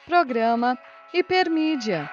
Programa Hipermídia.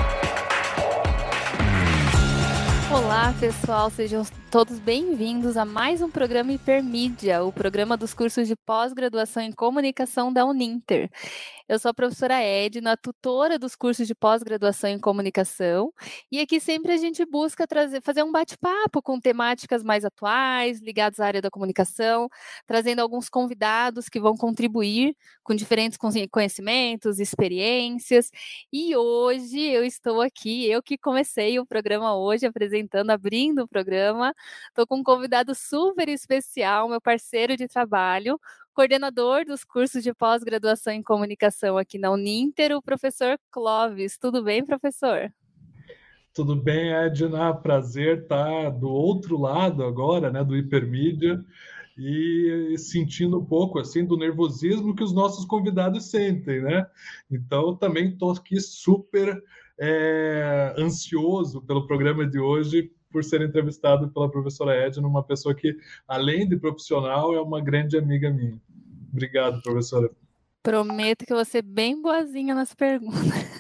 Olá, pessoal, sejam todos bem-vindos a mais um programa Hipermídia, o programa dos cursos de pós-graduação em comunicação da Uninter. Eu sou a professora Edna, tutora dos cursos de pós-graduação em comunicação, e aqui sempre a gente busca fazer um bate-papo com temáticas mais atuais, ligadas à área da comunicação, trazendo alguns convidados que vão contribuir com diferentes conhecimentos, experiências, e hoje eu estou aqui, eu que comecei o programa hoje, abrindo o programa, estou com um convidado super especial, meu parceiro de trabalho, coordenador dos cursos de pós-graduação em comunicação aqui na Uninter, o professor Clóvis. Tudo bem, professor? Tudo bem, Edna? Prazer estar do outro lado agora, né, do Hipermídia, e sentindo um pouco assim do nervosismo que os nossos convidados sentem, né? Então, também estou aqui super ansioso pelo programa de hoje, por ser entrevistado pela professora Edna, uma pessoa que, além de profissional, é uma grande amiga minha. Obrigado, professora. Prometo que eu vou ser bem boazinha nas perguntas.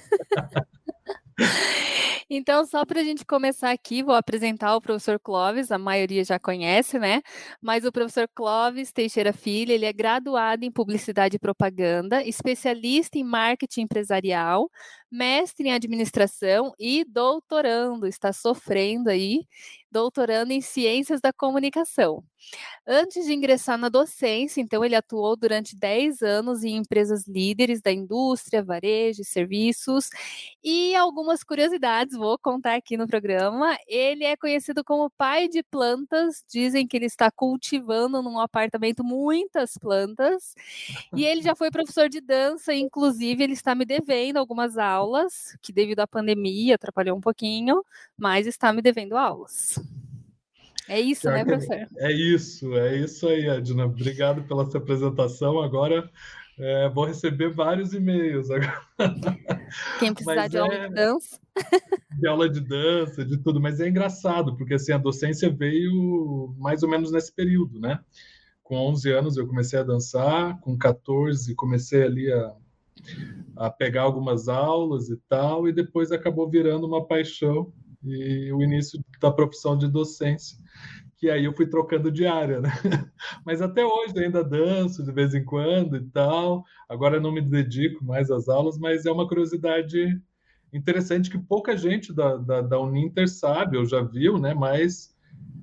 Então, só para a gente começar aqui, vou apresentar o professor Clóvis, a maioria já conhece, né? Mas o professor Clóvis Teixeira Filho, ele é graduado em Publicidade e Propaganda, especialista em Marketing Empresarial, mestre em Administração e doutorando, está sofrendo aí, doutorando em Ciências da Comunicação. Antes de ingressar na docência, então, ele atuou durante 10 anos em empresas líderes da indústria, varejo e serviços. E algumas curiosidades, vou contar aqui no programa. Ele é conhecido como pai de plantas, dizem que ele está cultivando num apartamento muitas plantas. E ele já foi professor de dança, inclusive ele está me devendo algumas aulas, que devido à pandemia atrapalhou um pouquinho, mas está me devendo aulas. É isso, né, professor? É isso aí, Edna. Obrigado pela sua apresentação. Agora vou receber vários e-mails. Quem precisar de aula de dança. De aula de dança, de tudo. Mas é engraçado, porque assim, a docência veio mais ou menos nesse período, né? Com 11 anos eu comecei a dançar, com 14 comecei ali a pegar algumas aulas e tal, e depois acabou virando uma paixão e o início da profissão de docência, que aí eu fui trocando de área, né? Mas até hoje ainda danço de vez em quando e tal. Agora não me dedico mais às aulas, mas é uma curiosidade interessante que pouca gente da Uninter sabe, ou já viu, né? Mas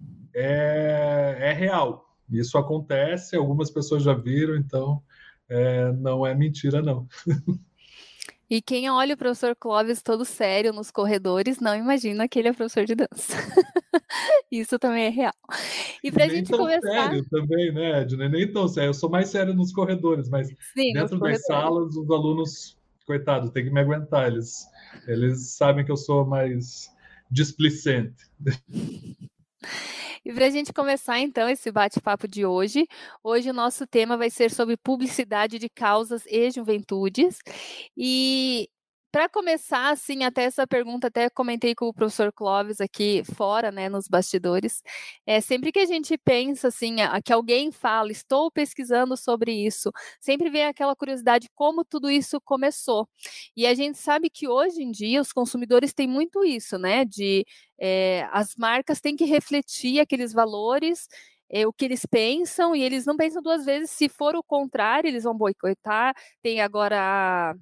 é real. Isso acontece, algumas pessoas já viram, então não é mentira, não. E quem olha o professor Clóvis todo sério nos corredores não imagina que ele é professor de dança. Isso também é real. E para a gente começar... sério também, né, Edna? Nem tão sério. Eu sou mais sério nos corredores, mas sim, dentro das salas, os alunos, coitados, tem que me aguentar. Eles sabem que eu sou mais displicente. E para a gente começar, então, esse bate-papo de hoje, o nosso tema vai ser sobre publicidade de causas e juventudes. E para começar, assim, até essa pergunta, até comentei com o professor Clóvis aqui fora, né, nos bastidores, sempre que a gente pensa, assim, que alguém fala, estou pesquisando sobre isso, sempre vem aquela curiosidade como tudo isso começou. E a gente sabe que hoje em dia os consumidores têm muito isso, né, as marcas têm que refletir aqueles valores, o que eles pensam, e eles não pensam duas vezes, se for o contrário, eles vão boicotar. Tem agora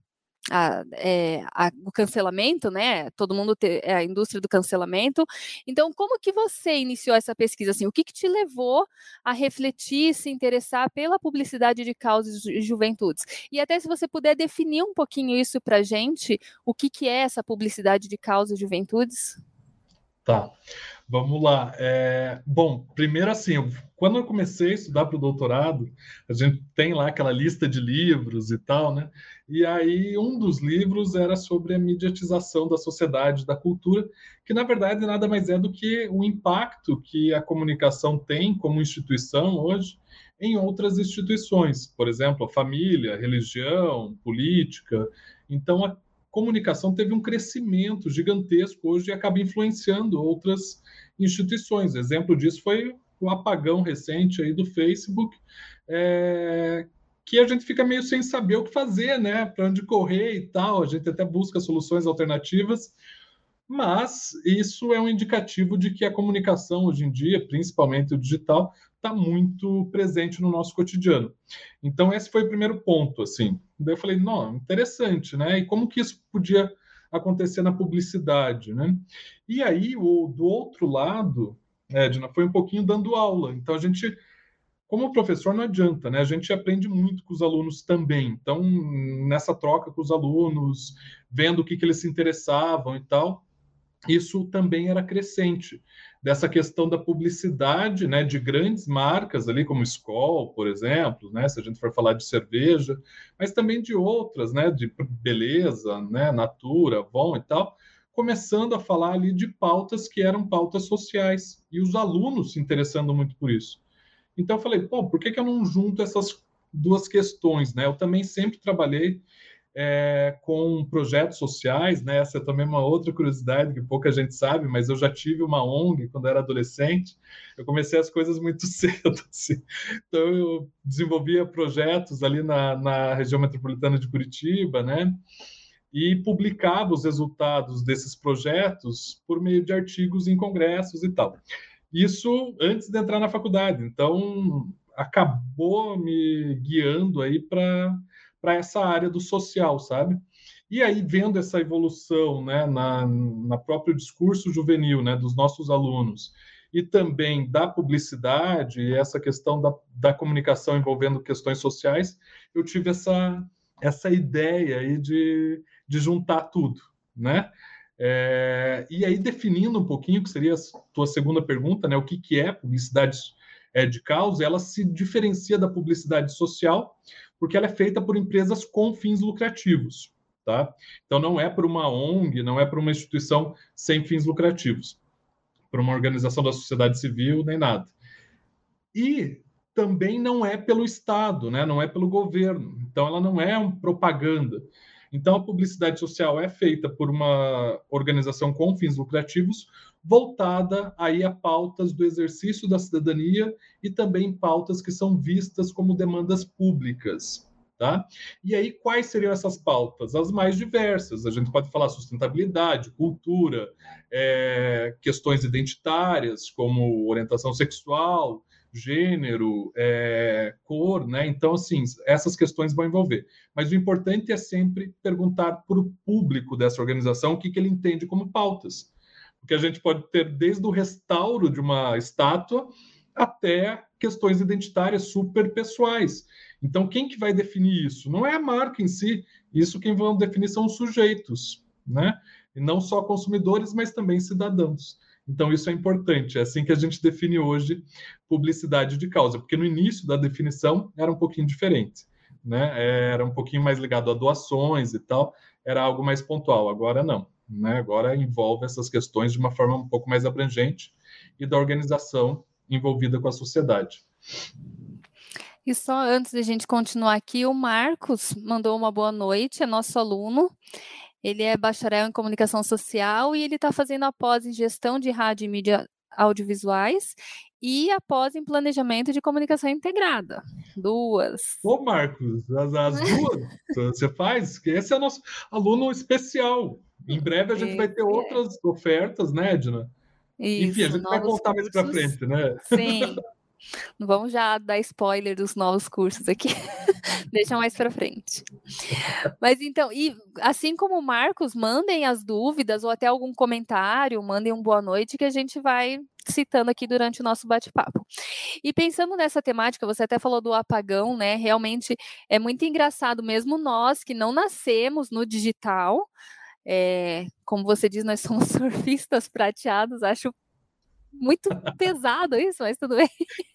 o cancelamento, né? Todo mundo tem a indústria do cancelamento. Então, como que você iniciou essa pesquisa? Assim, o que te levou a refletir, se interessar pela publicidade de causas e juventudes? E até se você puder definir um pouquinho isso para a gente, o que é essa publicidade de causas e juventudes? Tá, vamos lá. Bom, primeiro assim, quando eu comecei a estudar para o doutorado, a gente tem lá aquela lista de livros e tal, né? E aí um dos livros era sobre a mediatização da sociedade, da cultura, que na verdade nada mais é do que o impacto que a comunicação tem como instituição hoje em outras instituições, por exemplo, a família, a religião, política. Então, a comunicação teve um crescimento gigantesco hoje e acaba influenciando outras instituições. Exemplo disso foi o apagão recente aí do Facebook, que a gente fica meio sem saber o que fazer, né? Para onde correr e tal. A gente até busca soluções alternativas, mas isso é um indicativo de que a comunicação hoje em dia, principalmente o digital, está muito presente no nosso cotidiano. Então, esse foi o primeiro ponto, assim. Daí eu falei, não, interessante, né? E como que isso podia acontecer na publicidade, né? E aí, do outro lado, Edna, foi um pouquinho dando aula. Então, a gente, como professor, não adianta, né? A gente aprende muito com os alunos também. Então, nessa troca com os alunos, vendo o que eles se interessavam e tal, isso também era crescente, dessa questão da publicidade, né, de grandes marcas ali, como Skol, por exemplo, né, se a gente for falar de cerveja, mas também de outras, né, de beleza, né, Natura, Avon e tal, começando a falar ali de pautas que eram pautas sociais, e os alunos se interessando muito por isso. Então eu falei, pô, por que eu não junto essas duas questões, né? Eu também sempre trabalhei com projetos sociais, né? Essa é também uma outra curiosidade que pouca gente sabe, mas eu já tive uma ONG quando era adolescente. Eu comecei as coisas muito cedo, assim. Então eu desenvolvia projetos ali na região metropolitana de Curitiba, né? E publicava os resultados desses projetos por meio de artigos em congressos e tal. Isso antes de entrar na faculdade. Então acabou me guiando aí para essa área do social, sabe? E aí, vendo essa evolução, né, na próprio discurso juvenil, né, dos nossos alunos, e também da publicidade, e essa questão da comunicação envolvendo questões sociais, eu tive essa ideia aí de juntar tudo, né? E aí, definindo um pouquinho, que seria a tua segunda pergunta, né, o que é publicidade de causa, ela se diferencia da publicidade social, porque ela é feita por empresas com fins lucrativos, tá? Então, não é por uma ONG, não é por uma instituição sem fins lucrativos, por uma organização da sociedade civil, nem nada. E também não é pelo Estado, né? Não é pelo governo. Então, ela não é uma propaganda. Então, a publicidade social é feita por uma organização com fins lucrativos, voltada aí a pautas do exercício da cidadania e também pautas que são vistas como demandas públicas. Tá? E aí, quais seriam essas pautas? As mais diversas. A gente pode falar sustentabilidade, cultura, questões identitárias, como orientação sexual, gênero, cor, né? Então, assim, essas questões vão envolver. Mas o importante é sempre perguntar para o público dessa organização o que ele entende como pautas. Porque a gente pode ter desde o restauro de uma estátua até questões identitárias super pessoais. Então, quem que vai definir isso? Não é a marca em si, isso quem vão definir são os sujeitos, né? E não só consumidores, mas também cidadãos. Então, isso é importante. É assim que a gente define hoje publicidade de causa, porque no início da definição era um pouquinho diferente, né? Era um pouquinho mais ligado a doações e tal, era algo mais pontual. Agora não, né? Agora envolve essas questões de uma forma um pouco mais abrangente e da organização envolvida com a sociedade. E só antes de a gente continuar aqui, o Marcos mandou uma boa noite, é nosso aluno. Ele é bacharel em comunicação social e ele está fazendo a pós em gestão de rádio e mídia audiovisuais e a pós em planejamento de comunicação integrada. Duas. Ô, Marcos, as duas você faz? Esse é o nosso aluno especial. Em breve a gente vai ter outras ofertas, né, Edna? Isso, enfim, a gente vai contar mais para frente, né? Sim. Não vamos já dar spoiler dos novos cursos aqui. Deixa mais para frente. Mas então, e assim como o Marcos, mandem as dúvidas ou até algum comentário, mandem um boa noite que a gente vai citando aqui durante o nosso bate-papo. E pensando nessa temática, você até falou do apagão, né? Realmente é muito engraçado, mesmo nós que não nascemos no digital, como você diz, nós somos surfistas prateados, acho muito pesado isso, mas tudo bem.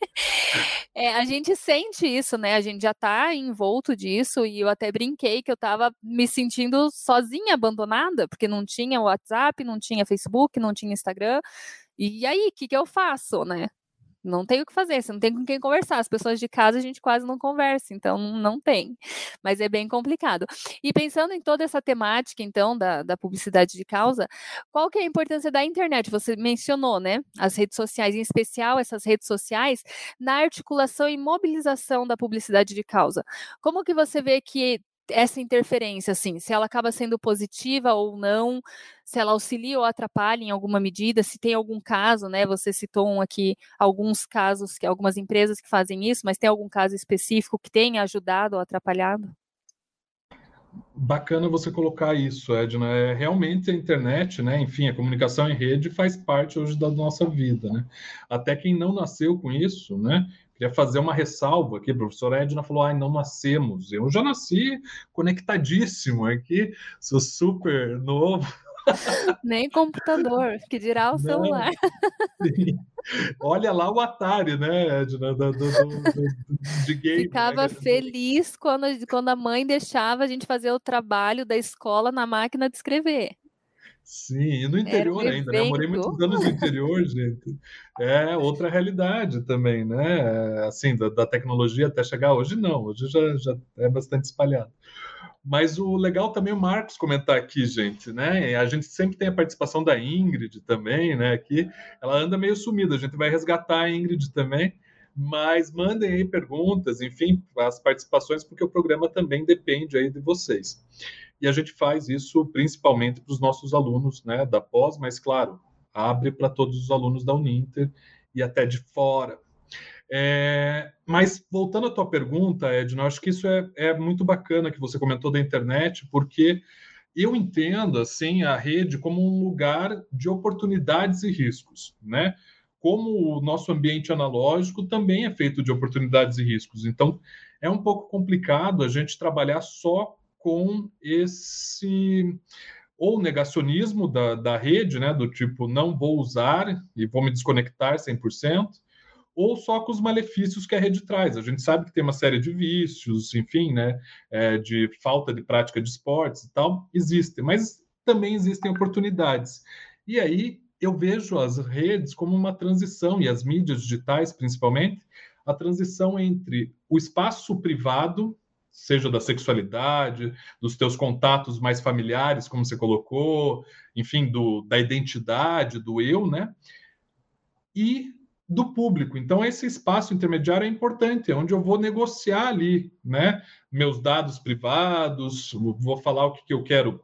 A gente sente isso, né? A gente já tá envolto disso e eu até brinquei que eu tava me sentindo sozinha, abandonada, porque não tinha WhatsApp, não tinha Facebook, não tinha Instagram. E aí, o que eu faço, né? Não tem o que fazer, você não tem com quem conversar. As pessoas de casa a gente quase não conversa, então não tem. Mas é bem complicado. E pensando em toda essa temática, então, da publicidade de causa, qual que é a importância da internet? Você mencionou, né? As redes sociais, em especial essas redes sociais, na articulação e mobilização da publicidade de causa. Como que você vê que essa interferência, assim, se ela acaba sendo positiva ou não, se ela auxilia ou atrapalha em alguma medida, se tem algum caso, né? Você citou aqui alguns casos, que algumas empresas que fazem isso, mas tem algum caso específico que tenha ajudado ou atrapalhado? Bacana você colocar isso, Edna. Realmente a internet, né? Enfim, a comunicação em rede faz parte hoje da nossa vida, né? Até quem não nasceu com isso, né? Queria fazer uma ressalva aqui, a professora Edna falou, não nascemos. Eu já nasci conectadíssimo aqui, sou super novo. Nem computador, que dirá o celular. Sim. Olha lá o Atari, né, Edna, de game. Ficava né? feliz quando a mãe deixava a gente fazer o trabalho da escola na máquina de escrever. Sim, e no Era um interior ainda, né? Eu morei muitos evento. anos no interior, gente. É outra realidade também, né? Assim, da tecnologia até chegar hoje, não. Hoje já é bastante espalhado. Mas o legal também é o Marcos comentar aqui, gente, né? A gente sempre tem a participação da Ingrid também, né? Aqui, ela anda meio sumida, a gente vai resgatar a Ingrid também. Mas mandem aí perguntas, enfim, as participações, porque o programa também depende aí de vocês. E a gente faz isso principalmente para os nossos alunos, né, da pós, mas claro, abre para todos os alunos da Uninter e até de fora. Mas voltando à tua pergunta, Edna, eu acho que isso é muito bacana que você comentou da internet, porque eu entendo assim a rede como um lugar de oportunidades e riscos, né? Como o nosso ambiente analógico também é feito de oportunidades e riscos. Então, é um pouco complicado a gente trabalhar só com esse ou negacionismo da rede, né? Do tipo, não vou usar e vou me desconectar 100%, ou só com os malefícios que a rede traz. A gente sabe que tem uma série de vícios, enfim, né, de falta de prática de esportes e tal, existem, mas também existem oportunidades. E aí eu vejo as redes como uma transição, e as mídias digitais principalmente, a transição entre o espaço privado, seja da sexualidade, dos teus contatos mais familiares, como você colocou, enfim, da identidade, do eu, né? E do público. Então, esse espaço intermediário é importante, é onde eu vou negociar ali, né? Meus dados privados, vou falar o que eu quero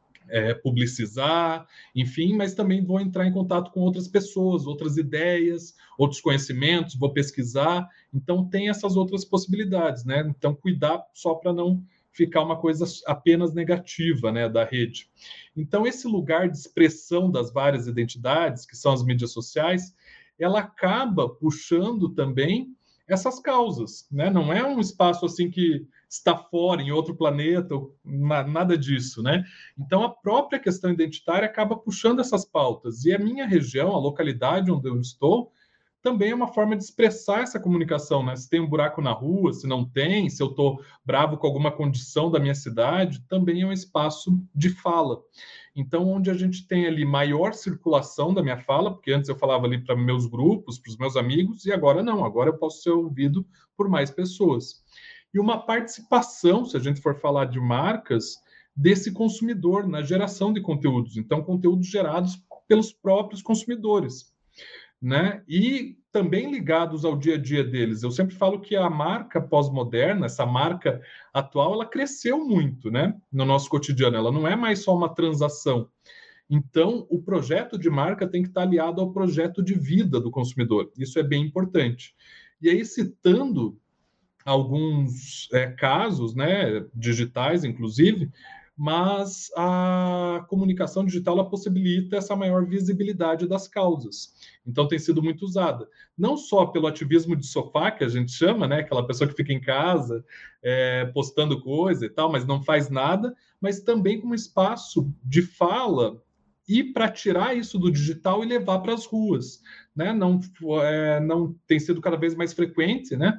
publicizar, enfim, mas também vou entrar em contato com outras pessoas, outras ideias, outros conhecimentos, vou pesquisar. Então, tem essas outras possibilidades, né? Então, cuidar só para não ficar uma coisa apenas negativa, né, da rede. Então, esse lugar de expressão das várias identidades, que são as mídias sociais, ela acaba puxando também essas causas, né? Não é um espaço assim que está fora, em outro planeta, nada disso, né? Então, a própria questão identitária acaba puxando essas pautas. E a minha região, a localidade onde eu estou, também é uma forma de expressar essa comunicação, né? Se tem um buraco na rua, se não tem, se eu estou bravo com alguma condição da minha cidade, também é um espaço de fala. Então, onde a gente tem ali maior circulação da minha fala, porque antes eu falava ali para meus grupos, para os meus amigos, e agora não, agora eu posso ser ouvido por mais pessoas. E uma participação, se a gente for falar de marcas, desse consumidor na geração de conteúdos. Então, conteúdos gerados pelos próprios consumidores, né? E também ligados ao dia a dia deles. Eu sempre falo que a marca pós-moderna, essa marca atual, ela cresceu muito, né? No nosso cotidiano. Ela não é mais só uma transação. Então, o projeto de marca tem que estar aliado ao projeto de vida do consumidor. Isso é bem importante. E aí, citando alguns casos, né, digitais, inclusive, mas a comunicação digital ela possibilita essa maior visibilidade das causas. Então tem sido muito usada, não só pelo ativismo de sofá, que a gente chama, né, aquela pessoa que fica em casa postando coisa e tal, mas não faz nada, mas também como espaço de fala e para tirar isso do digital e levar para as ruas, né? Não tem sido cada vez mais frequente, né?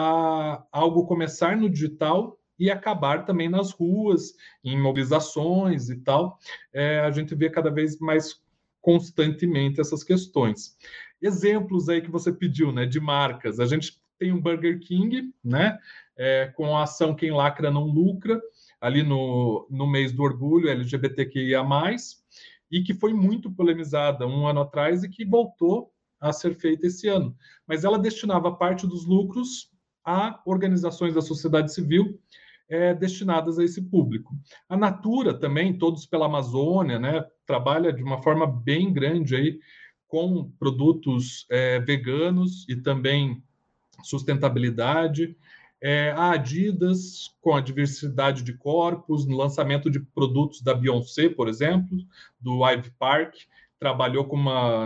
Algo começar no digital e acabar também nas ruas, em mobilizações e tal. A gente vê cada vez mais constantemente essas questões. exemplos aí que você pediu, né, de marcas. A gente tem o Burger King, né, com a ação Quem Lacra Não Lucra, ali no mês do orgulho LGBTQIA+, e que foi muito polemizada um ano atrás e que voltou a ser feita esse ano. Mas ela destinava parte dos lucros a organizações da sociedade civil destinadas a esse público. A Natura também, Todos pela Amazônia, né, trabalha de uma forma bem grande aí com produtos veganos e também sustentabilidade. A Adidas, com a diversidade de corpos, no lançamento de produtos da Beyoncé, por exemplo, do Ivy Park, trabalhou com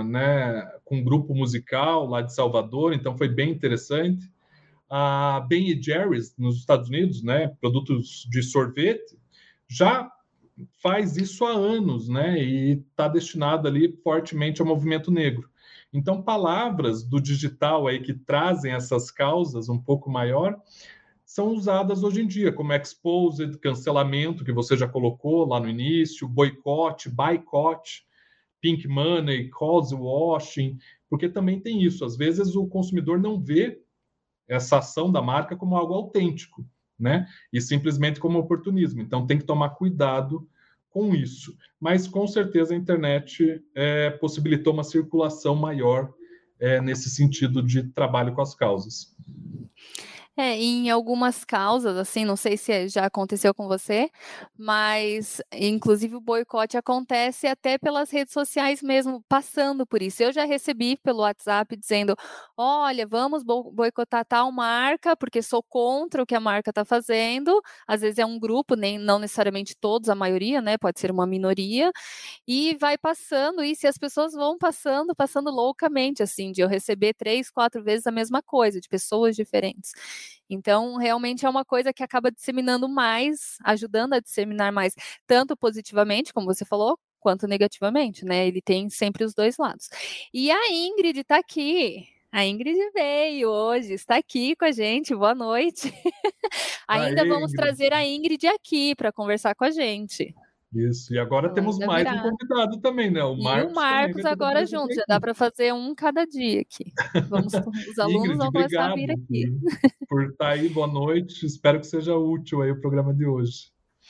um grupo musical lá de Salvador, então foi bem interessante. A Ben & Jerry's, nos Estados Unidos, né, produtos de sorvete, já faz isso há anos, né, e está destinado ali fortemente ao movimento negro. Então, palavras do digital aí que trazem essas causas um pouco maior são usadas hoje em dia, como exposed, cancelamento, que você já colocou lá no início, boicote, boycott, pink money, cause washing, porque também tem isso. Às vezes o consumidor não vê essa ação da marca como algo autêntico, né? E simplesmente como oportunismo. Então tem que tomar cuidado com isso. Mas com certeza a internet possibilitou uma circulação maior nesse sentido de trabalho com as causas. Em algumas causas, assim, não sei se já aconteceu com você, mas inclusive o boicote acontece até pelas redes sociais mesmo, passando por isso. Eu já recebi pelo WhatsApp dizendo, olha, vamos boicotar tal marca, porque sou contra o que a marca está fazendo. Às vezes é um grupo, não necessariamente todos, a maioria, né? Pode ser uma minoria, e vai passando isso, e as pessoas vão passando loucamente, assim, de eu receber 3, 4 vezes a mesma coisa, de pessoas diferentes. Então, realmente é uma coisa que acaba disseminando mais, ajudando a disseminar mais, tanto positivamente, como você falou, quanto negativamente, né? Ele tem sempre os dois lados. E a Ingrid está aqui. A Ingrid veio hoje, está aqui com a gente. Boa noite. Ainda vamos trazer a Ingrid aqui para conversar com a gente. Isso, e agora temos mais um convidado também, né? O Marcos agora junto, já dá para fazer um cada dia aqui. Os alunos Ingrid, vão começar a vir aqui. Por estar aí, boa noite, espero que seja útil aí o programa de hoje.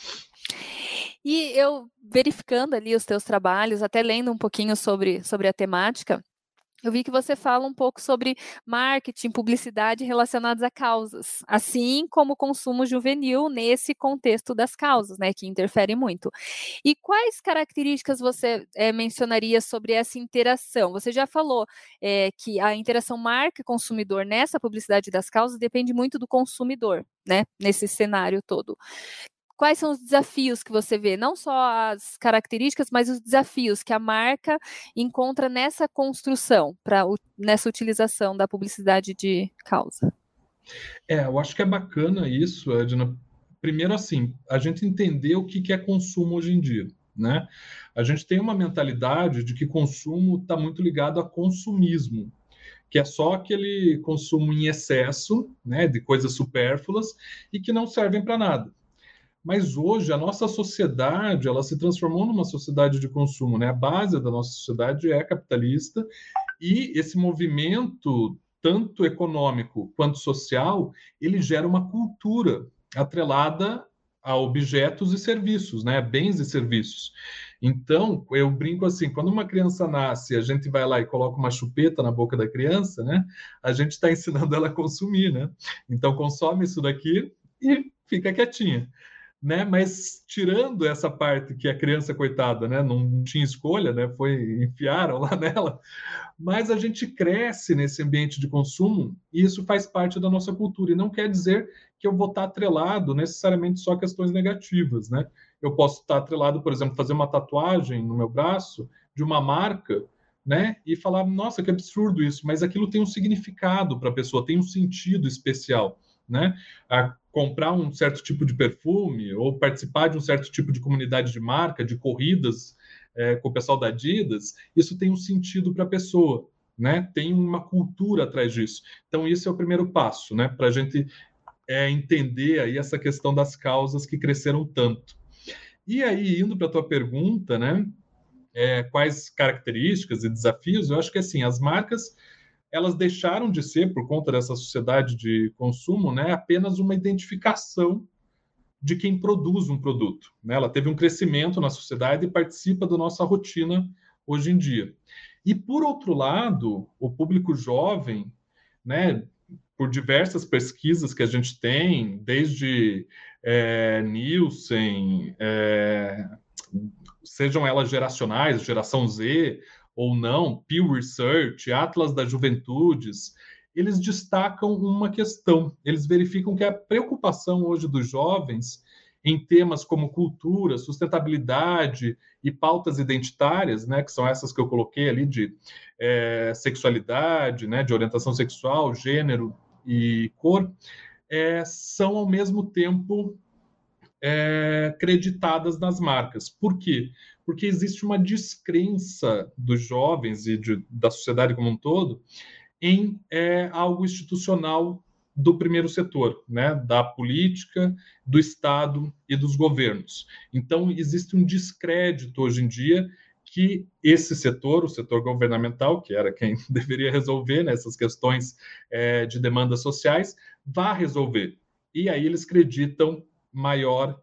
E eu, verificando ali os teus trabalhos, até lendo um pouquinho sobre a temática, eu vi que você fala um pouco sobre marketing, publicidade relacionados a causas, assim como o consumo juvenil nesse contexto das causas, né, que interfere muito. E quais características você mencionaria sobre essa interação? Você já falou que a interação marca-consumidor nessa publicidade das causas depende muito do consumidor, né, nesse cenário todo. Quais são os desafios que você vê? Não só as características, mas os desafios que a marca encontra nessa construção, nessa utilização da publicidade de causa. Eu acho que é bacana isso, Edna. Primeiro, assim, a gente entender o que é consumo hoje em dia, né? A gente tem uma mentalidade de que consumo está muito ligado a consumismo, que é só aquele consumo em excesso, né, de coisas supérfluas e que não servem para nada. Mas hoje a nossa sociedade, ela se transformou numa sociedade de consumo, né? A base da nossa sociedade é capitalista e esse movimento, tanto econômico quanto social, ele gera uma cultura atrelada a objetos e serviços, né? Bens e serviços. Então, eu brinco assim, quando uma criança nasce, a gente vai lá e coloca uma chupeta na boca da criança, né? A gente está ensinando ela a consumir, né? Então, consome isso daqui e fica quietinha. Né? Mas tirando essa parte que a criança, coitada, né, não tinha escolha, né, enfiaram lá nela, mas a gente cresce nesse ambiente de consumo e isso faz parte da nossa cultura. E não quer dizer que eu vou estar atrelado necessariamente só a questões negativas. Né? Eu posso estar atrelado, por exemplo, fazer uma tatuagem no meu braço de uma marca, né, e falar, nossa, que absurdo isso, mas aquilo tem um significado para a pessoa, tem um sentido especial. Né? A comprar um certo tipo de perfume ou participar de um certo tipo de comunidade de marca, de corridas com o pessoal da Adidas, isso tem um sentido para a pessoa, né? Tem uma cultura atrás disso. Então, isso é o primeiro passo, né? Para a gente entender aí essa questão das causas que cresceram tanto. E aí, indo para a tua pergunta, né? quais características e desafios, eu acho que assim, as marcas elas deixaram de ser, por conta dessa sociedade de consumo, né, apenas uma identificação de quem produz um produto. Né? Ela teve um crescimento na sociedade e participa da nossa rotina hoje em dia. E, por outro lado, o público jovem, né, por diversas pesquisas que a gente tem, desde Nielsen, sejam elas geracionais, geração Z ou não, Pew Research, Atlas das Juventudes, eles destacam uma questão. Eles verificam que a preocupação hoje dos jovens em temas como cultura, sustentabilidade e pautas identitárias, né, que são essas que eu coloquei ali de sexualidade, né, de orientação sexual, gênero e cor, são ao mesmo tempo creditadas nas marcas. Por quê? Porque existe uma descrença dos jovens e da sociedade como um todo em algo institucional do primeiro setor, né, da política, do Estado e dos governos. Então, existe um descrédito hoje em dia que esse setor, o setor governamental, que era quem deveria resolver, né, essas questões de demandas sociais, vá resolver. E aí eles acreditam maior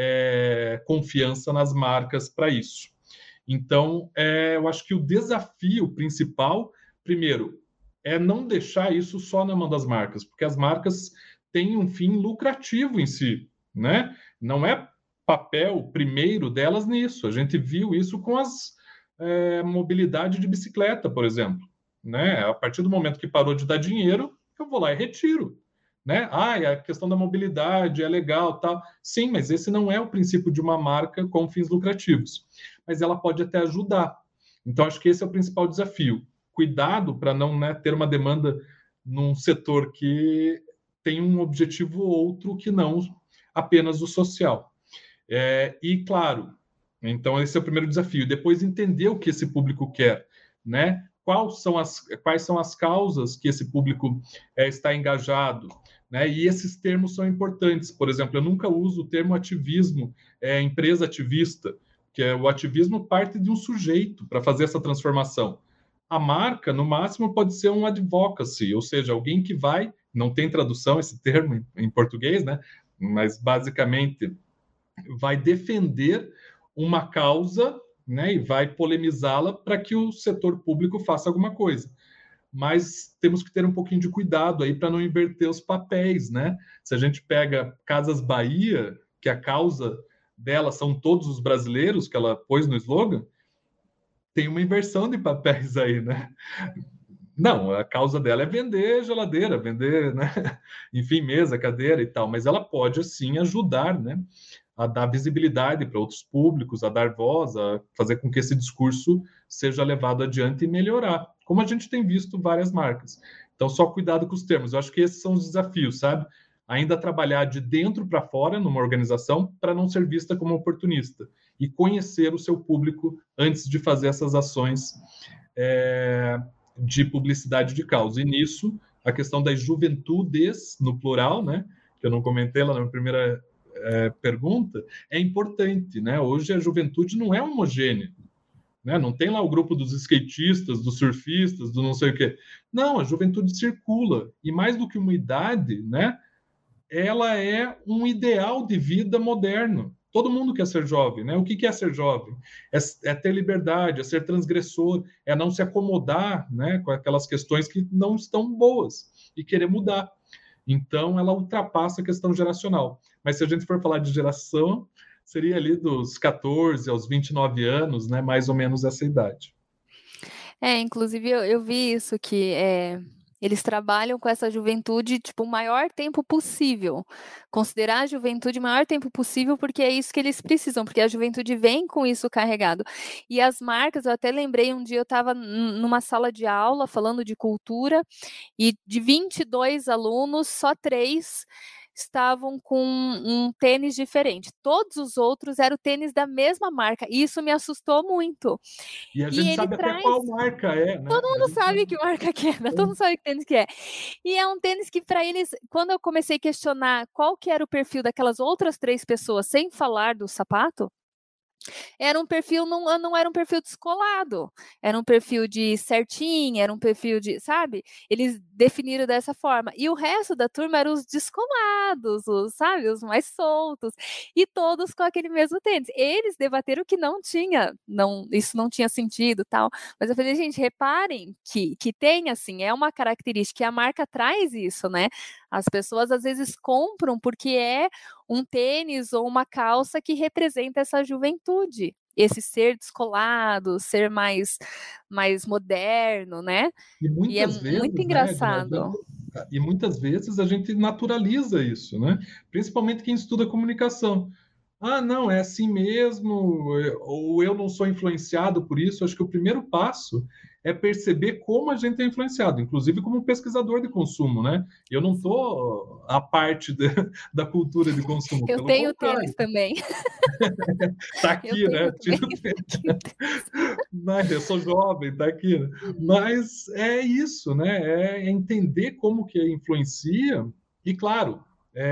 confiança nas marcas para isso. Então, eu acho que o desafio principal, primeiro, é não deixar isso só na mão das marcas, porque as marcas têm um fim lucrativo em si, né? Não é papel primeiro delas nisso. A gente viu isso com as mobilidade de bicicleta, por exemplo, né? A partir do momento que parou de dar dinheiro, eu vou lá e retiro, né? A questão da mobilidade é legal, tal. Sim, mas esse não é o princípio de uma marca com fins lucrativos, mas ela pode até ajudar. Então, acho que esse é o principal desafio. Cuidado para não, né, ter uma demanda num setor que tem um objetivo outro que não apenas o social. E, claro, então esse é o primeiro desafio. Depois, entender o que esse público quer, né? Quais são as causas que esse público está engajado, né? E esses termos são importantes. Por exemplo, eu nunca uso o termo ativismo, empresa ativista, que o ativismo parte de um sujeito para fazer essa transformação. A marca, no máximo, pode ser um advocacy, ou seja, alguém que vai, não tem tradução esse termo em português, né? Mas basicamente vai defender uma causa, né, e vai polemizá-la para que o setor público faça alguma coisa. Mas temos que ter um pouquinho de cuidado aí para não inverter os papéis, né? Se a gente pega Casas Bahia, que a causa dela são todos os brasileiros, que ela pôs no slogan, tem uma inversão de papéis aí, né? Não, a causa dela é vender geladeira, vender, né? Enfim, mesa, cadeira e tal, mas ela pode, sim, ajudar, né? A dar visibilidade para outros públicos, a dar voz, a fazer com que esse discurso seja levado adiante e melhorar, como a gente tem visto várias marcas. Então, só cuidado com os termos. Eu acho que esses são os desafios, sabe? Ainda trabalhar de dentro para fora numa organização para não ser vista como oportunista e conhecer o seu público antes de fazer essas ações de publicidade de causa. E nisso, a questão das juventudes, no plural, né? Que eu não comentei lá na primeira pergunta, é importante, né? Hoje a juventude não é homogênea, né? Não tem lá o grupo dos skatistas, dos surfistas, do não sei o quê. Não, a juventude circula, e mais do que uma idade, né? Ela é um ideal de vida moderno. Todo mundo quer ser jovem, né? O que é ser jovem? É ter liberdade, é ser transgressor, é não se acomodar, né, com aquelas questões que não estão boas e querer mudar. Então, ela ultrapassa a questão geracional. Mas se a gente for falar de geração, seria ali dos 14 aos 29 anos, né? Mais ou menos essa idade. Inclusive eu vi isso, que eles trabalham com essa juventude, tipo, o maior tempo possível. Considerar a juventude o maior tempo possível, porque é isso que eles precisam, porque a juventude vem com isso carregado. E as marcas, eu até lembrei, um dia eu estava numa sala de aula falando de cultura, e de 22 alunos, só 3 estavam com um tênis diferente. Todos os outros eram tênis da mesma marca, e isso me assustou muito. E a gente sabe até qual marca é, né? Todo mundo sabe que marca que é, né? Todo mundo sabe que tênis que é. E é um tênis que, para eles, quando eu comecei a questionar qual que era o perfil daquelas outras 3 pessoas, sem falar do sapato, Era um perfil, não era um perfil descolado, era um perfil de certinho, era um perfil de, sabe? Eles definiram dessa forma. E o resto da turma eram os descolados, sabe? Os mais soltos. E todos com aquele mesmo tênis. Eles debateram que não tinha, isso não tinha sentido, tal. Mas eu falei, gente, reparem que tem, assim, é uma característica, que a marca traz isso, né? As pessoas às vezes compram porque é um tênis ou uma calça que representa essa juventude, esse ser descolado, ser mais moderno, né? E E é muitas muito vezes, né, Edna, engraçado. e muitas vezes a gente naturaliza isso, né? Principalmente quem estuda comunicação. Ah, não, é assim mesmo, ou eu não sou influenciado por isso. Acho que o primeiro passo é perceber como a gente é influenciado, inclusive como pesquisador de consumo, né? Eu não estou à parte da cultura de consumo, Eu pelo tenho tênis contrário. também. Tá Eu aqui, né? tenho também. Mas eu sou jovem, tá aqui. Né? Mas é isso, né? É entender como que influencia e, claro,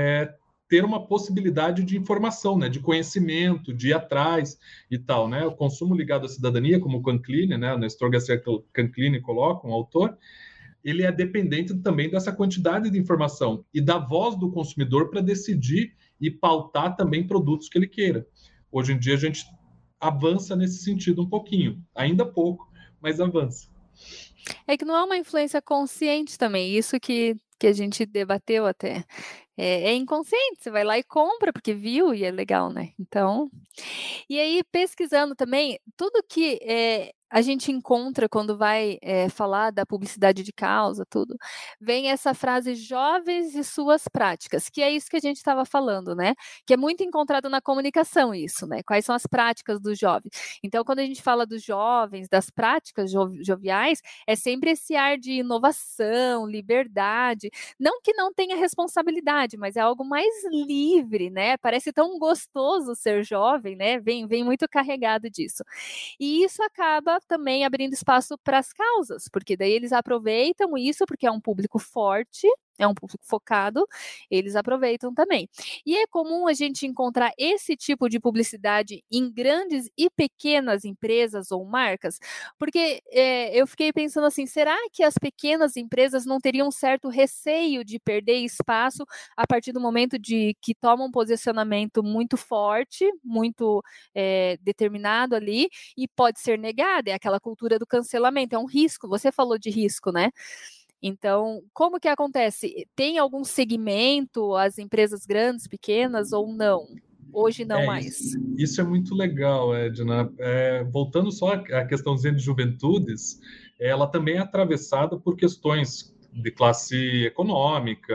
ter uma possibilidade de informação, né? De conhecimento, de ir atrás e tal, né? O consumo ligado à cidadania, como o Canclini, né? O Nestor Garcia Canclini coloca, um autor, ele é dependente também dessa quantidade de informação e da voz do consumidor para decidir e pautar também produtos que ele queira. Hoje em dia a gente avança nesse sentido um pouquinho, ainda pouco, mas avança. É que não é uma influência consciente também, isso que a gente debateu até. É inconsciente, você vai lá e compra porque viu e é legal, né? Então, e aí pesquisando também, tudo que a gente encontra quando vai falar da publicidade de causa, tudo, vem essa frase jovens e suas práticas, que é isso que a gente estava falando, né? Que é muito encontrado na comunicação isso, né? Quais são as práticas dos jovens? Então, quando a gente fala dos jovens, das práticas joviais, é sempre esse ar de inovação, liberdade, não que não tenha responsabilidade, mas é algo mais livre, né? Parece tão gostoso ser jovem, né? Vem muito carregado disso. E isso acaba também abrindo espaço para as causas, porque daí eles aproveitam isso, porque é um público forte, é um público focado, eles aproveitam também. E é comum a gente encontrar esse tipo de publicidade em grandes e pequenas empresas ou marcas, porque eu fiquei pensando assim, será que as pequenas empresas não teriam um certo receio de perder espaço a partir do momento de que tomam um posicionamento muito forte, muito determinado ali, e pode ser negado, é aquela cultura do cancelamento, é um risco, você falou de risco, né? Então, como que acontece? Tem algum segmento, as empresas grandes, pequenas ou não? Hoje não mais. Isso é muito legal, Edna. Voltando só à questãozinha de juventudes, ela também é atravessada por questões de classe econômica,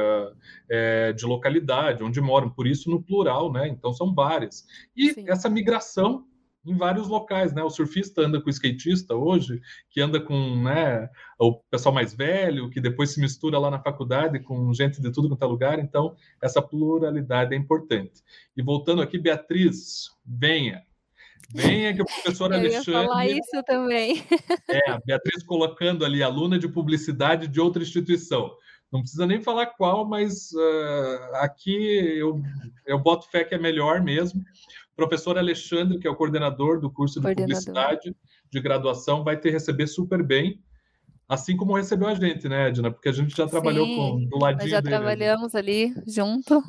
de localidade, onde moram, por isso no plural, né? Então são várias. E Sim. essa migração em vários locais, né? O surfista anda com o skatista hoje, que anda com, né, o pessoal mais velho, que depois se mistura lá na faculdade com gente de tudo quanto é lugar. Então, essa pluralidade é importante. E voltando aqui, Beatriz, venha. Venha que o professor Eu ia falar Alexandre... isso também. A Beatriz colocando ali, aluna de publicidade de outra instituição. Não precisa nem falar qual, mas aqui eu boto fé que é melhor mesmo. O professor Alexandre, que é o coordenador do curso de publicidade de graduação, vai te receber super bem, assim como recebeu a gente, né, Edna? Porque a gente já trabalhou do ladinho nós já dele. trabalhamos ali junto.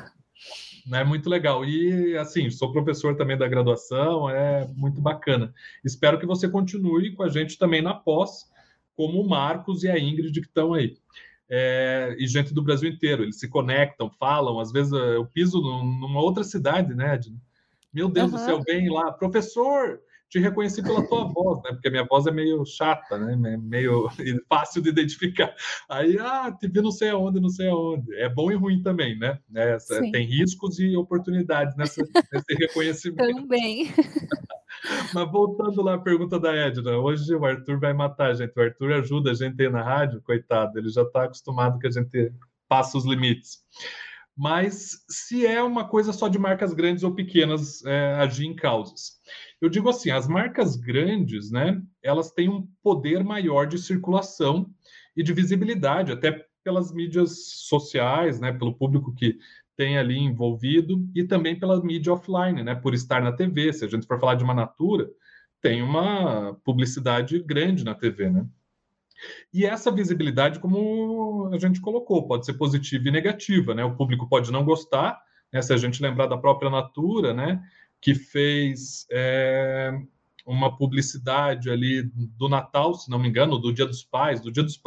É muito legal. E, assim, sou professor também da graduação, é muito bacana. Espero que você continue com a gente também na pós, como o Marcos e a Ingrid que estão aí. E gente do Brasil inteiro, eles se conectam, falam. Às vezes eu piso numa outra cidade, né, Edna? Meu Deus do céu, vem lá, professor, te reconheci pela tua voz, né? Porque a minha voz é meio chata, né? Meio fácil de identificar. Aí, te vi não sei aonde, não sei aonde. É bom e ruim também, né? Tem riscos e oportunidades nesse reconhecimento. Também. Mas voltando lá à pergunta da Edna, hoje o Arthur vai matar a gente. O Arthur ajuda a gente aí na rádio, coitado, ele já está acostumado que a gente passa os limites. Mas se é uma coisa só de marcas grandes ou pequenas agir em causas. Eu digo assim, as marcas grandes, né, elas têm um poder maior de circulação e de visibilidade, até pelas mídias sociais, né, pelo público que tem ali envolvido, e também pela mídia offline, né? Por estar na TV. Se a gente for falar de uma Natura, tem uma publicidade grande na TV, né? E essa visibilidade, como a gente colocou, pode ser positiva e negativa, né? O público pode não gostar, né? Se a gente lembrar da própria Natura, né? Que fez uma publicidade ali do Natal, se não me engano, do Dia dos Pais,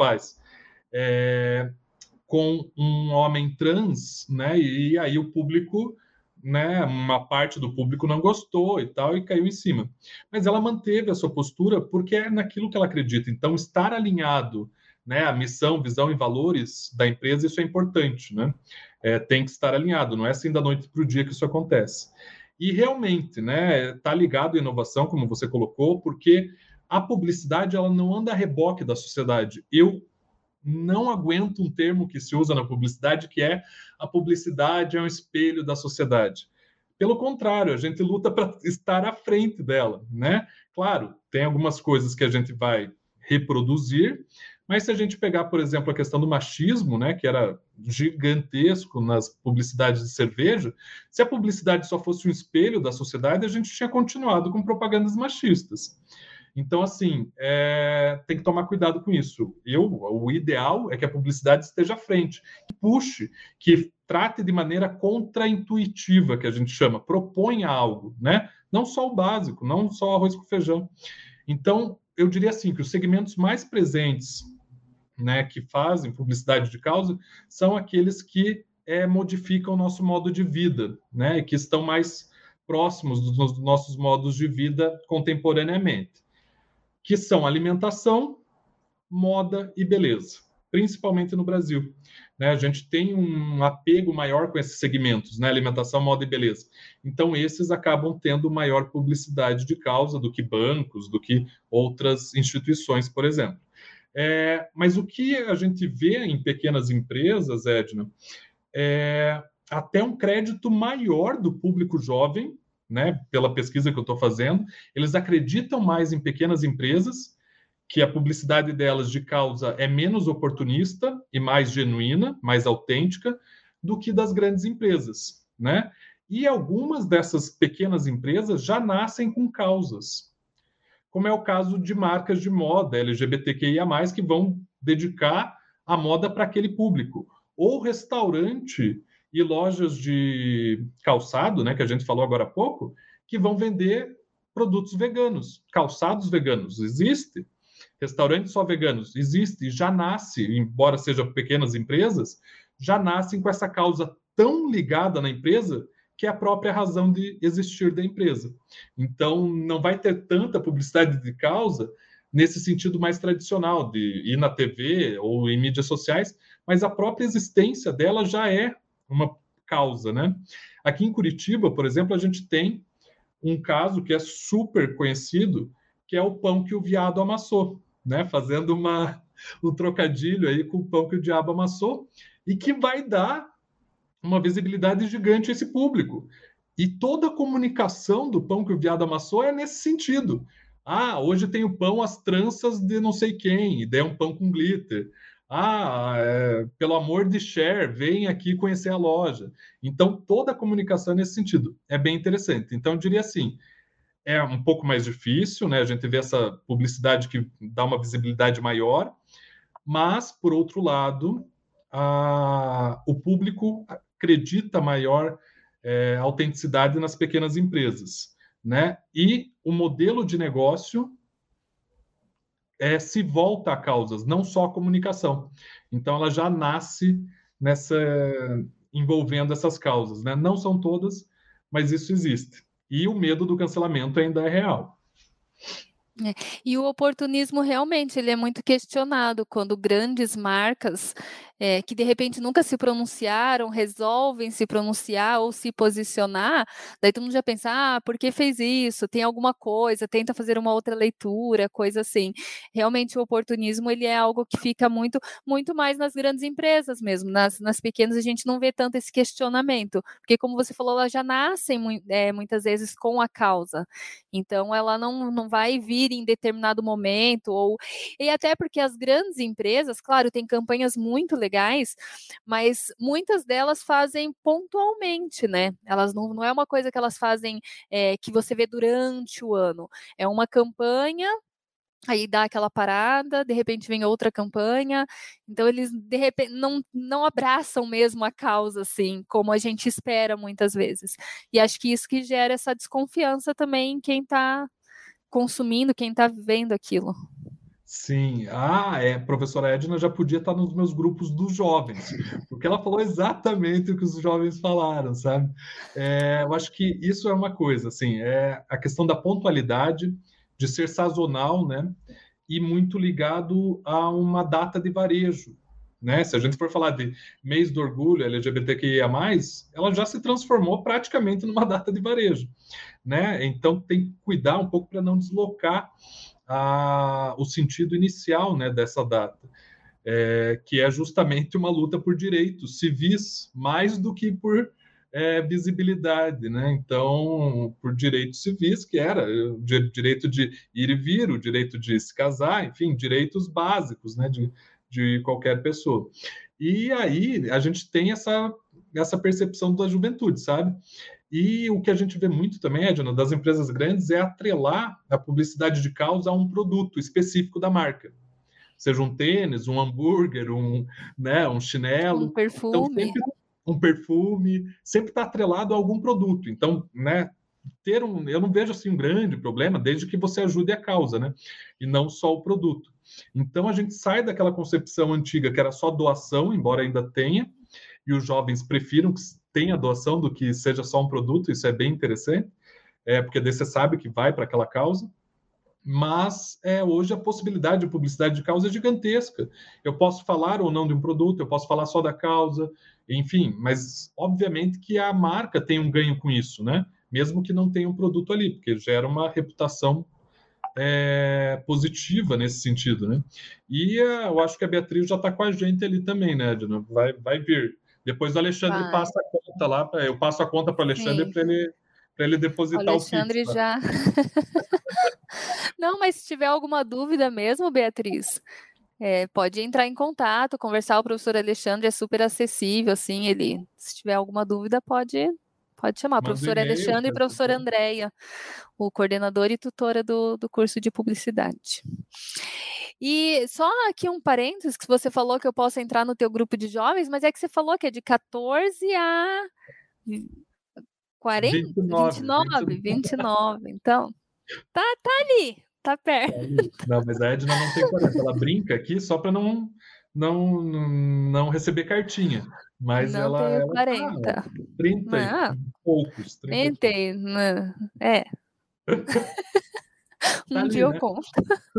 com um homem trans, né? E aí o público, né? Uma parte do público não gostou e tal, e caiu em cima. Mas ela manteve a sua postura porque é naquilo que ela acredita. Então, estar alinhado, né? A missão, visão e valores da empresa, isso é importante, né? Tem que estar alinhado, não é assim da noite para o dia que isso acontece. E realmente, né? Está ligado à inovação, como você colocou, porque a publicidade ela não anda a reboque da sociedade. Eu não aguento um termo que se usa na publicidade, que é a publicidade é um espelho da sociedade. Pelo contrário, a gente luta para estar à frente dela, né? Claro, tem algumas coisas que a gente vai reproduzir, mas se a gente pegar, por exemplo, a questão do machismo, né, que era gigantesco nas publicidades de cerveja, se a publicidade só fosse um espelho da sociedade, a gente tinha continuado com propagandas machistas. Então, assim, tem que tomar cuidado com isso. O ideal é que a publicidade esteja à frente, que puxe, que trate de maneira contraintuitiva, que a gente chama, proponha algo, né? Não só o básico, não só arroz com feijão. Então, eu diria assim, que os segmentos mais presentes, né, que fazem publicidade de causa, são aqueles que modificam o nosso modo de vida, né? E que estão mais próximos dos nossos modos de vida contemporaneamente, que são alimentação, moda e beleza, principalmente no Brasil. Né? A gente tem um apego maior com esses segmentos, né? Alimentação, moda e beleza. Então, esses acabam tendo maior publicidade de causa do que bancos, do que outras instituições, por exemplo. Mas o que a gente vê em pequenas empresas, Edna, até um crédito maior do público jovem, né, pela pesquisa que eu estou fazendo, eles acreditam mais em pequenas empresas, que a publicidade delas de causa é menos oportunista e mais genuína, mais autêntica, do que das grandes empresas, né? E algumas dessas pequenas empresas já nascem com causas, como é o caso de marcas de moda LGBTQIA+, que vão dedicar a moda para aquele público. Ou restaurante e lojas de calçado, né, que a gente falou agora há pouco, que vão vender produtos veganos, calçados veganos. Existe. Restaurantes só veganos. Existe. Já nasce, embora sejam pequenas empresas, já nascem com essa causa tão ligada na empresa que é a própria razão de existir da empresa. Então, não vai ter tanta publicidade de causa nesse sentido mais tradicional, de ir na TV ou em mídias sociais, mas a própria existência dela já é uma causa, né? Aqui em Curitiba, por exemplo, a gente tem um caso que é super conhecido, que é o pão que o viado amassou, né? Fazendo um trocadilho aí com o pão que o diabo amassou, e que vai dar uma visibilidade gigante a esse público. E toda a comunicação do pão que o viado amassou é nesse sentido. Ah, hoje tem o pão às tranças de não sei quem, e daí é um pão com glitter. Pelo amor de Cher, vem aqui conhecer a loja. Então, toda a comunicação é nesse sentido. É bem interessante. Então, eu diria assim, é um pouco mais difícil, né? A gente vê essa publicidade que dá uma visibilidade maior, mas, por outro lado, o público acredita maior autenticidade nas pequenas empresas, né? E o modelo de negócio se volta a causas, não só a comunicação. Então, ela já nasce envolvendo essas causas, né? Não são todas, mas isso existe. E o medo do cancelamento ainda é real. E o oportunismo realmente ele é muito questionado quando grandes marcas que de repente nunca se pronunciaram, resolvem se pronunciar ou se posicionar, daí todo mundo já pensa, por que fez isso? Tem alguma coisa, tenta fazer uma outra leitura, coisa assim. Realmente o oportunismo ele é algo que fica muito, muito mais nas grandes empresas mesmo, nas pequenas a gente não vê tanto esse questionamento, porque como você falou, elas já nascem muitas vezes com a causa, então ela não vai vir em determinado momento, e até porque as grandes empresas, claro, tem campanhas muito legais, legais, mas muitas delas fazem pontualmente, né? Elas não é uma coisa que elas fazem que você vê durante o ano. É uma campanha, aí dá aquela parada, de repente vem outra campanha, então eles de repente não abraçam mesmo a causa assim, como a gente espera muitas vezes. E acho que isso que gera essa desconfiança também em quem está consumindo, quem está vivendo aquilo. Sim, professora Edna já podia estar nos meus grupos dos jovens, porque ela falou exatamente o que os jovens falaram, sabe? Eu acho que isso é uma coisa, assim, é a questão da pontualidade, de ser sazonal, né? E muito ligado a uma data de varejo, né? Se a gente for falar de mês do orgulho LGBTQIA+, ela já se transformou praticamente numa data de varejo, né? Então tem que cuidar um pouco para não deslocar o sentido inicial, né, dessa data, que é justamente uma luta por direitos civis, mais do que por visibilidade, né? Então, por direitos civis, que era o direito de ir e vir, o direito de se casar, enfim, direitos básicos, né, de qualquer pessoa. E aí a gente tem essa percepção da juventude, sabe? E o que a gente vê muito também, Edna, das empresas grandes é atrelar a publicidade de causa a um produto específico da marca. Seja um tênis, um hambúrguer, um chinelo. Um perfume. Então, sempre um perfume, sempre está atrelado a algum produto. Então, né, eu não vejo assim um grande problema, desde que você ajude a causa, né? E não só o produto. Então, a gente sai daquela concepção antiga que era só doação, embora ainda tenha, e os jovens prefiram que tenha doação do que seja só um produto, isso é bem interessante, porque daí você sabe que vai para aquela causa. Mas hoje a possibilidade de publicidade de causa é gigantesca. Eu posso falar ou não de um produto, eu posso falar só da causa, enfim, mas obviamente que a marca tem um ganho com isso, né? Mesmo que não tenha um produto ali, porque gera uma reputação positiva nesse sentido, né? E eu acho que a Beatriz já está com a gente ali também, né, Edna? Vai vir. Depois o Alexandre passa a conta lá, eu passo a conta para o Alexandre para ele depositar o Alexandre Pix. Já. Não, mas se tiver alguma dúvida mesmo, Beatriz, pode entrar em contato, conversar. O professor Alexandre é super acessível, assim, se tiver alguma dúvida, pode chamar. Professor Alexandre e professora Andréia, o coordenador e tutora do curso de publicidade. E só aqui um parênteses, que você falou que eu posso entrar no teu grupo de jovens, mas é que você falou que é de 14 a 40? 29, então tá ali, tá perto. Não, mas a Edna não tem 40, ela brinca aqui só para não receber cartinha, mas não ela tenho 40. Tá 30 e poucos. 30 um ali, dia eu né? conto.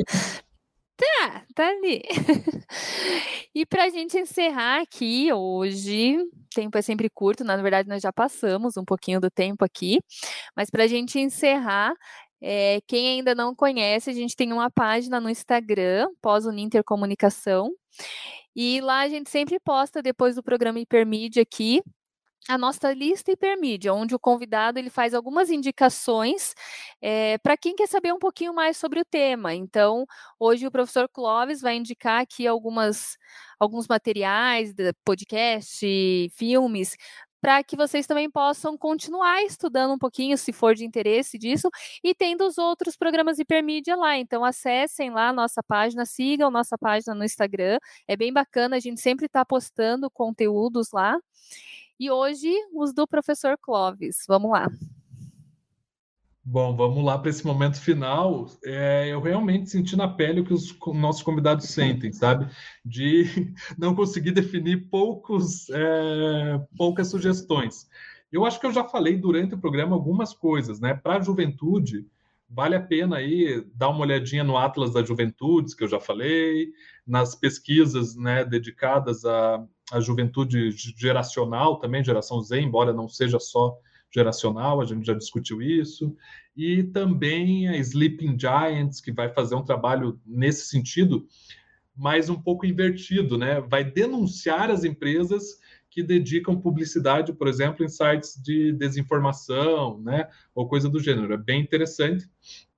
Tá ali. E para a gente encerrar aqui hoje, o tempo é sempre curto, na verdade nós já passamos um pouquinho do tempo aqui, mas para a gente encerrar, quem ainda não conhece, a gente tem uma página no Instagram, Pós-Uninter Comunicação, e lá a gente sempre posta, depois do programa Hipermídia aqui, a nossa lista Hipermídia, onde o convidado ele faz algumas indicações para quem quer saber um pouquinho mais sobre o tema. Então, hoje o professor Clóvis vai indicar aqui alguns materiais, podcast, filmes, para que vocês também possam continuar estudando um pouquinho, se for de interesse disso, e tendo os outros programas Hipermídia lá. Então, acessem lá a nossa página, sigam nossa página no Instagram, é bem bacana, a gente sempre está postando conteúdos lá. E hoje, os do professor Clóvis. Vamos lá. Bom, vamos lá para esse momento final. Eu realmente senti na pele o que os nossos convidados sentem, sabe? De não conseguir definir poucas sugestões. Eu acho que eu já falei durante o programa algumas coisas, né? Para a juventude, vale a pena aí dar uma olhadinha no Atlas das Juventudes, que eu já falei, nas pesquisas, né, dedicadas à juventude geracional, também geração Z, embora não seja só geracional, a gente já discutiu isso, e também a Sleeping Giants, que vai fazer um trabalho nesse sentido, mas um pouco invertido, né? Vai denunciar as empresas que dedicam publicidade, por exemplo, em sites de desinformação, né? Ou coisa do gênero. É bem interessante.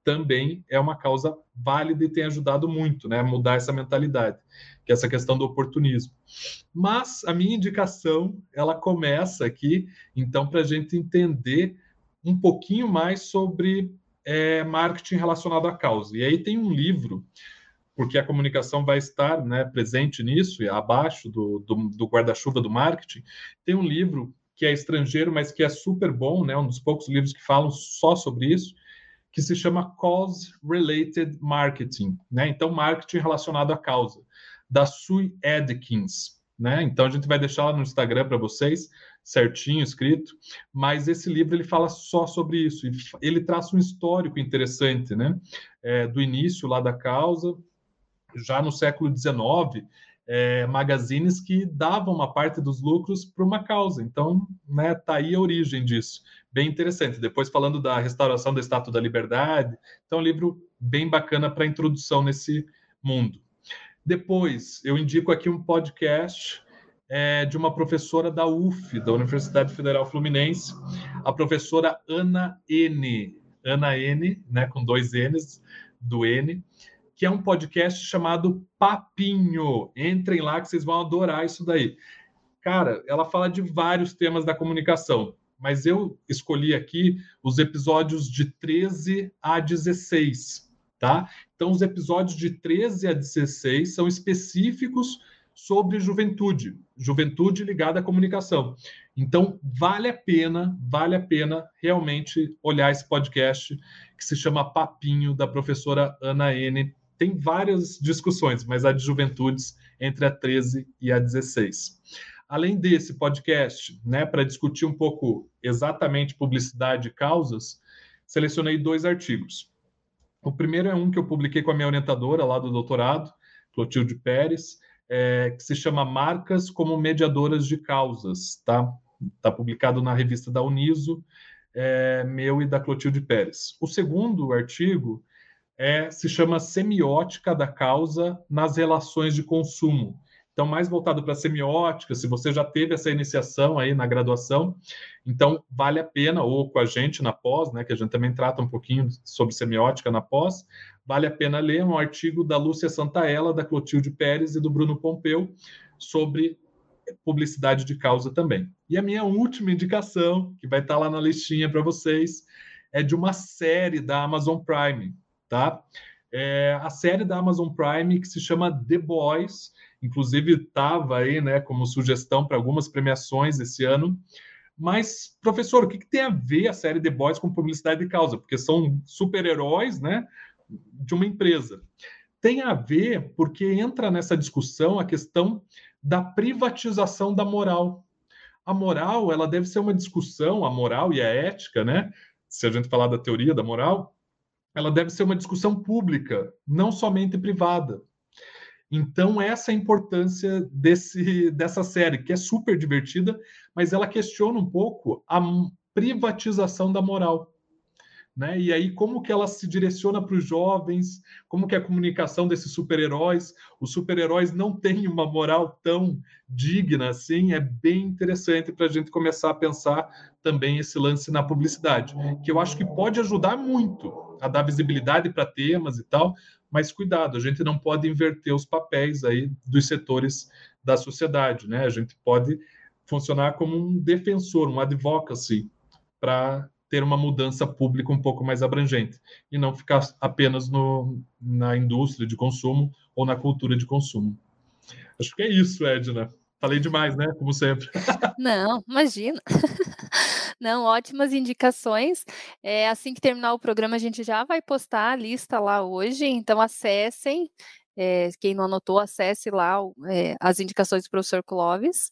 também é uma causa válida e tem ajudado muito, né, a mudar essa mentalidade, que é essa questão do oportunismo. Mas a minha indicação, ela começa aqui, então, para a gente entender um pouquinho mais sobre marketing relacionado à causa. E aí tem um livro, porque a comunicação vai estar, né, presente nisso, e abaixo do guarda-chuva do marketing, tem um livro que é estrangeiro, mas que é super bom, né, um dos poucos livros que falam só sobre isso, que se chama Cause Related Marketing, né? Então, marketing relacionado à causa, da Sue Adkins, né? Então, a gente vai deixar lá no Instagram para vocês, certinho escrito, mas esse livro ele fala só sobre isso, ele traça um histórico interessante, né? Do início lá da causa, já no século XIX, magazines que davam uma parte dos lucros para uma causa. Então, né, tá aí a origem disso. Bem interessante. Depois falando da restauração da Estátua da Liberdade. Então, um livro bem bacana para introdução nesse mundo. Depois, eu indico aqui um podcast de uma professora da UF, da Universidade Federal Fluminense, a professora Ana N. Ana N, né, com 2 N's, do N, que é um podcast chamado Papinho. Entrem lá que vocês vão adorar isso daí. Cara, ela fala de vários temas da comunicação, mas eu escolhi aqui os episódios de 13 a 16, tá? Então, os episódios de 13 a 16 são específicos sobre juventude ligada à comunicação. Então, vale a pena realmente olhar esse podcast que se chama Papinho, da professora Ana N. Tem várias discussões, mas a de juventudes entre a 13 e a 16. Além desse podcast, né, para discutir um pouco exatamente publicidade e causas, selecionei 2 artigos. O primeiro é um que eu publiquei com a minha orientadora lá do doutorado, Clotilde Pérez, que se chama Marcas como Mediadoras de Causas, tá? Está publicado na revista da Uniso, meu e da Clotilde Pérez. O segundo artigo se chama Semiótica da Causa nas Relações de Consumo. Então, mais voltado para a semiótica, se você já teve essa iniciação aí na graduação, então vale a pena, ou com a gente na pós, né, que a gente também trata um pouquinho sobre semiótica na pós, vale a pena ler um artigo da Lúcia Santaella, da Clotilde Pérez e do Bruno Pompeu sobre publicidade de causa também. E a minha última indicação, que vai estar lá na listinha para vocês, é de uma série da Amazon Prime, tá? A série da Amazon Prime que se chama The Boys, inclusive estava aí, né, como sugestão para algumas premiações esse ano. Mas, professor, o que tem a ver a série The Boys com publicidade de causa? Porque são super-heróis, né, de uma empresa. Tem a ver porque entra nessa discussão a questão da privatização da moral. A moral, ela deve ser uma discussão, a moral e a ética, né? Se a gente falar da teoria da moral, ela deve ser uma discussão pública, não somente privada. Então, essa é a importância dessa série, que é super divertida, mas ela questiona um pouco a privatização da moral. Né? E aí, como que ela se direciona para os jovens, como que a comunicação desses super-heróis, os super-heróis não têm uma moral tão digna assim, é bem interessante para a gente começar a pensar também esse lance na publicidade, que eu acho que pode ajudar muito a dar visibilidade para temas e tal, mas cuidado, a gente não pode inverter os papéis aí dos setores da sociedade, né? A gente pode funcionar como um defensor, um advocacy, para ter uma mudança pública um pouco mais abrangente e não ficar apenas na indústria de consumo ou na cultura de consumo. Acho que é isso, Edna. Falei demais, né? Como sempre. Não, imagina. Não, ótimas indicações. Assim que terminar o programa, a gente já vai postar a lista lá hoje, então acessem. Quem não anotou, acesse lá as indicações do professor Clóvis.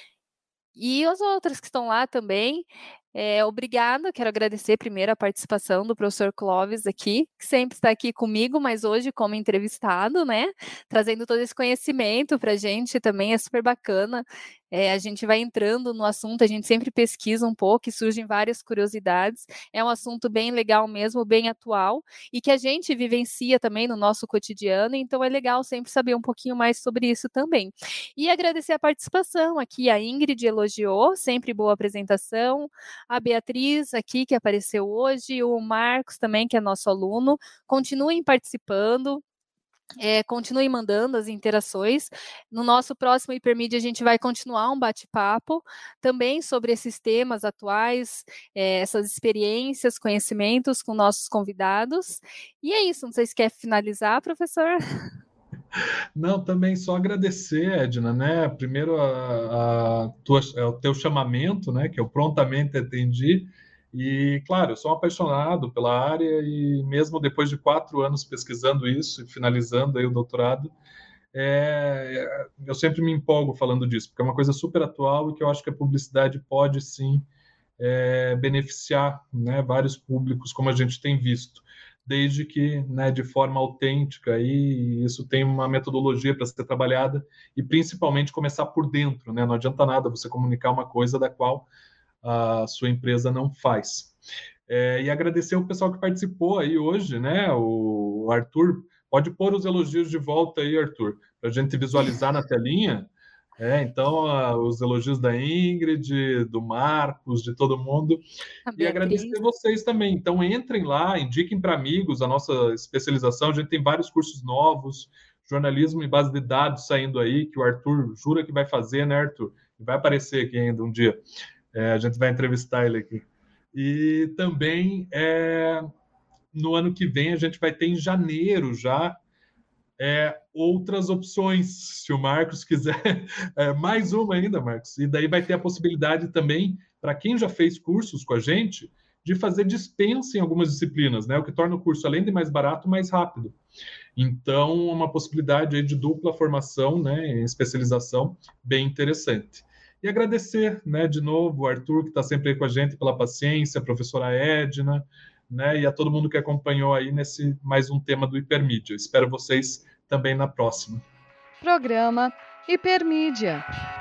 E as outras que estão lá também. Obrigada, quero agradecer primeiro a participação do professor Clóvis aqui, que sempre está aqui comigo, mas hoje como entrevistado, né? Trazendo todo esse conhecimento para a gente também, é super bacana. a gente vai entrando no assunto, a gente sempre pesquisa um pouco e surgem várias curiosidades. É um assunto bem legal mesmo, bem atual, e que a gente vivencia também no nosso cotidiano, então é legal sempre saber um pouquinho mais sobre isso também. E agradecer a participação aqui, a Ingrid elogiou, sempre boa apresentação, a Beatriz aqui, que apareceu hoje, o Marcos também, que é nosso aluno, continuem participando. Continue mandando as interações. No nosso próximo Hipermídia, a gente vai continuar um bate-papo também sobre esses temas atuais, essas experiências, conhecimentos com nossos convidados. E é isso, não sei se quer finalizar, professor. Não, também só agradecer, Edna, né? Primeiro o teu chamamento, né? Que eu prontamente atendi. E, claro, eu sou um apaixonado pela área e mesmo depois de 4 anos pesquisando isso e finalizando aí o doutorado, eu sempre me empolgo falando disso, porque é uma coisa super atual e que eu acho que a publicidade pode, sim, beneficiar, né, vários públicos, como a gente tem visto, desde que, né, de forma autêntica, e isso tem uma metodologia para ser trabalhada e principalmente começar por dentro, né? Não adianta nada você comunicar uma coisa da qual a sua empresa não faz. E agradecer o pessoal que participou aí hoje, né? O Arthur, pode pôr os elogios de volta aí, Arthur, para a gente visualizar na telinha. Então, os elogios da Ingrid, do Marcos, de todo mundo. E agradecer vocês também. Então, entrem lá, indiquem para amigos a nossa especialização. A gente tem vários cursos novos, jornalismo em base de dados saindo aí, que o Arthur jura que vai fazer, né, Arthur? Vai aparecer aqui ainda um dia. A gente vai entrevistar ele aqui. E também, no ano que vem, a gente vai ter em janeiro já outras opções, se o Marcos quiser. Mais uma ainda, Marcos. E daí vai ter a possibilidade também, para quem já fez cursos com a gente, de fazer dispensa em algumas disciplinas, né? O que torna o curso, além de mais barato, mais rápido. Então, uma possibilidade aí de dupla formação, né, em especialização, bem interessante. E agradecer, né, de novo, o Arthur, que está sempre aí com a gente, pela paciência, a professora Edna, né, e a todo mundo que acompanhou aí nesse mais um tema do Hipermídia. Espero vocês também na próxima. Programa Hipermídia.